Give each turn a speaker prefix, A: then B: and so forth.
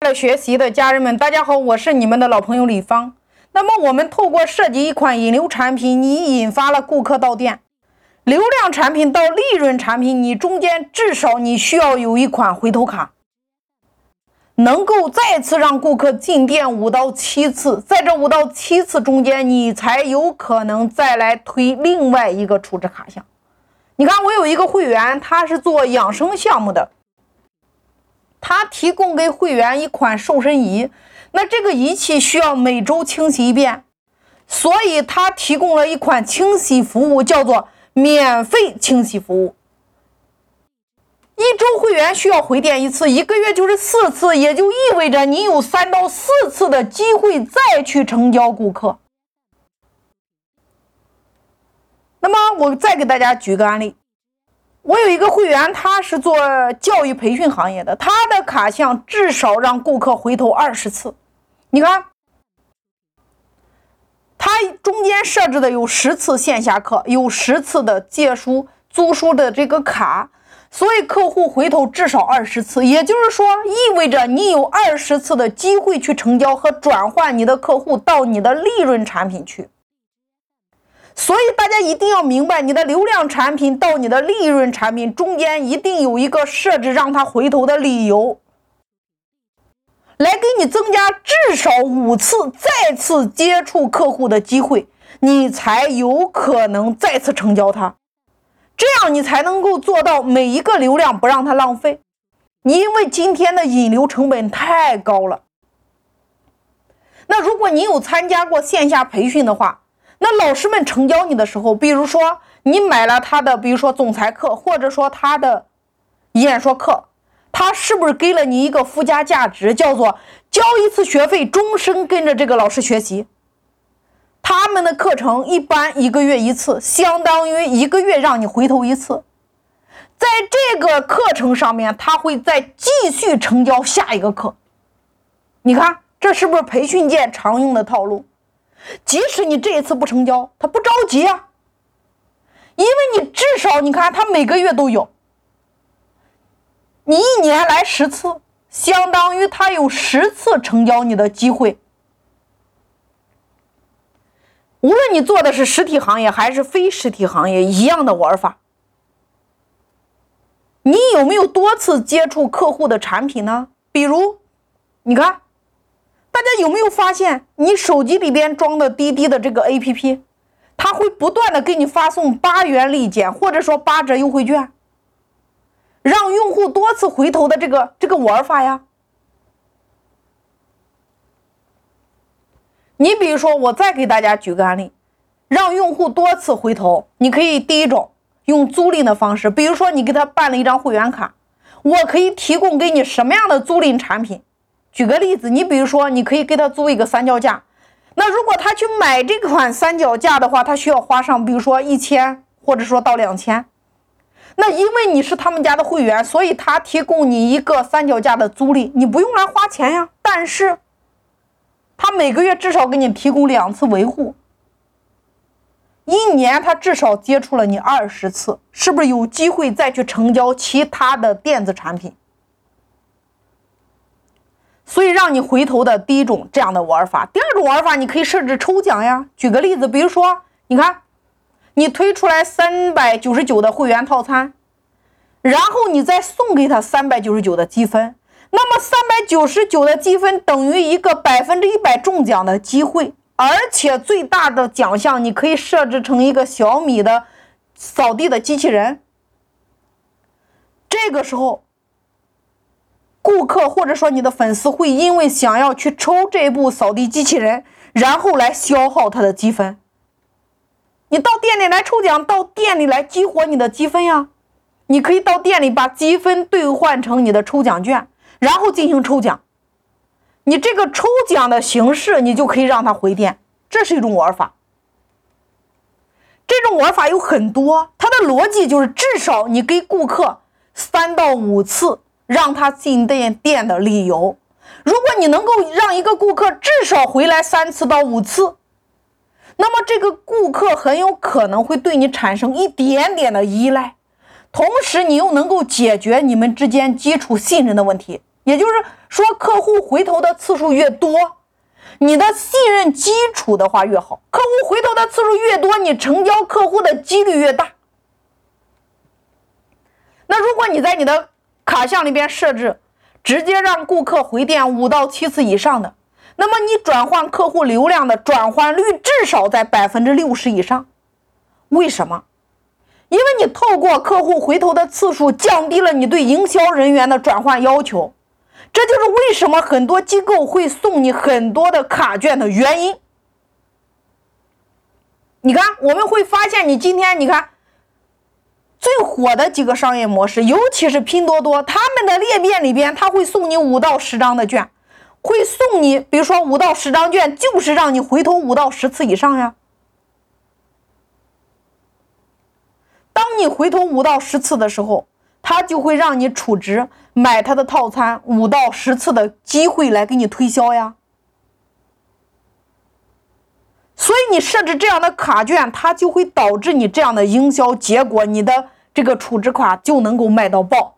A: 学习的家人们，大家好，我是你们的老朋友李芳。那么我们透过设计一款引流产品，你引发了顾客到店，流量产品到利润产品，你中间至少你需要有一款回头卡，能够再次让顾客进店5到7次，在这5到7次中间，你才有可能再来推另外一个储值卡项。你看，我有一个会员，他是做养生项目的，他提供给会员一款瘦身仪，那这个仪器需要每周清洗一遍，所以他提供了一款清洗服务，叫做免费清洗服务。一周会员需要回店1次，1个月就是4次，也就意味着你有3到4次的机会再去成交顾客。那么我再给大家举个案例，我有一个会员，他是做教育培训行业的，他的卡项至少让顾客回头20次。你看，他中间设置的有10次线下课，有10次的借书租书的这个卡，所以客户回头至少20次，也就是说意味着你有20次的机会去成交和转换你的客户到你的利润产品去。所以大家一定要明白，你的流量产品到你的利润产品中间一定有一个设置让他回头的理由，来给你增加至少5次再次接触客户的机会，你才有可能再次成交他。这样你才能够做到每一个流量不让它浪费，因为今天的引流成本太高了。那如果你有参加过线下培训的话，那老师们成交你的时候，比如说你买了他的比如说总裁课，或者说他的演说课，他是不是给了你一个附加价值，叫做交1次学费终身跟着这个老师学习。他们的课程一般1个月1次，相当于1个月让你回头1次，在这个课程上面他会再继续成交下一个课。你看这是不是培训界常用的套路？即使你这一次不成交，他不着急啊，因为你至少你看他每个月都有，你1年来10次，相当于他有10次成交你的机会。无论你做的是实体行业还是非实体行业，一样的玩法。你有没有多次接触客户的产品呢？比如你看，大家有没有发现你手机里边装的滴滴的这个 APP， 它会不断的给你发送8元立减，或者说8折优惠券，让用户多次回头的这个玩法呀。你比如说，我再给大家举个案例，让用户多次回头，你可以第一种用租赁的方式，比如说你给他办了一张会员卡，我可以提供给你什么样的租赁产品。举个例子，你比如说你可以给他租一个三脚架，那如果他去买这款三脚架的话，他需要花上比如说1000或者说到2000，那因为你是他们家的会员，所以他提供你一个三脚架的租赁，你不用来花钱呀，但是他每个月至少给你提供2次维护，1年他至少接触了你20次，是不是有机会再去成交其他的电子产品？所以让你回头的第一种这样的玩法。第二种玩法，你可以设置抽奖呀。举个例子，比如说你看你推出来399的会员套餐，然后你再送给他399的积分，那么399的积分等于一个100%中奖的机会，而且最大的奖项你可以设置成一个小米的扫地的机器人。这个时候顾客或者说你的粉丝会因为想要去抽这部扫地机器人，然后来消耗他的积分。你到店里来抽奖，到店里来激活你的积分呀。你可以到店里把积分兑换成你的抽奖券，然后进行抽奖。你这个抽奖的形式，你就可以让他回店，这是一种玩法。这种玩法有很多，它的逻辑就是至少你给顾客3到5次让他进店的理由。如果你能够让一个顾客至少回来3次到5次，那么这个顾客很有可能会对你产生一点的依赖，同时你又能够解决你们之间基础信任的问题， 也就是说，客户回头的次数越多，你的信任基础的话越好。客户回头的次数越多，你成交客户的几率越大。那如果你在你的卡项里边设置直接让顾客回店5到7次以上的，那么你转换客户流量的转换率至少在60%以上。为什么？因为你透过客户回头的次数降低了你对营销人员的转换要求，这就是为什么很多机构会送你很多的卡券的原因。你看，我们会发现你今天你看最火的几个商业模式，尤其是拼多多，他们的裂变里边他会送你5到10张的券，会送你比如说5到10张券，就是让你回头5到10次以上呀。当你回头5到10次的时候，他就会让你储值买他的套餐5到10次的机会来给你推销呀。所以你设置这样的卡券，它就会导致你这样的营销结果，你的这个储值卡就能够卖到爆。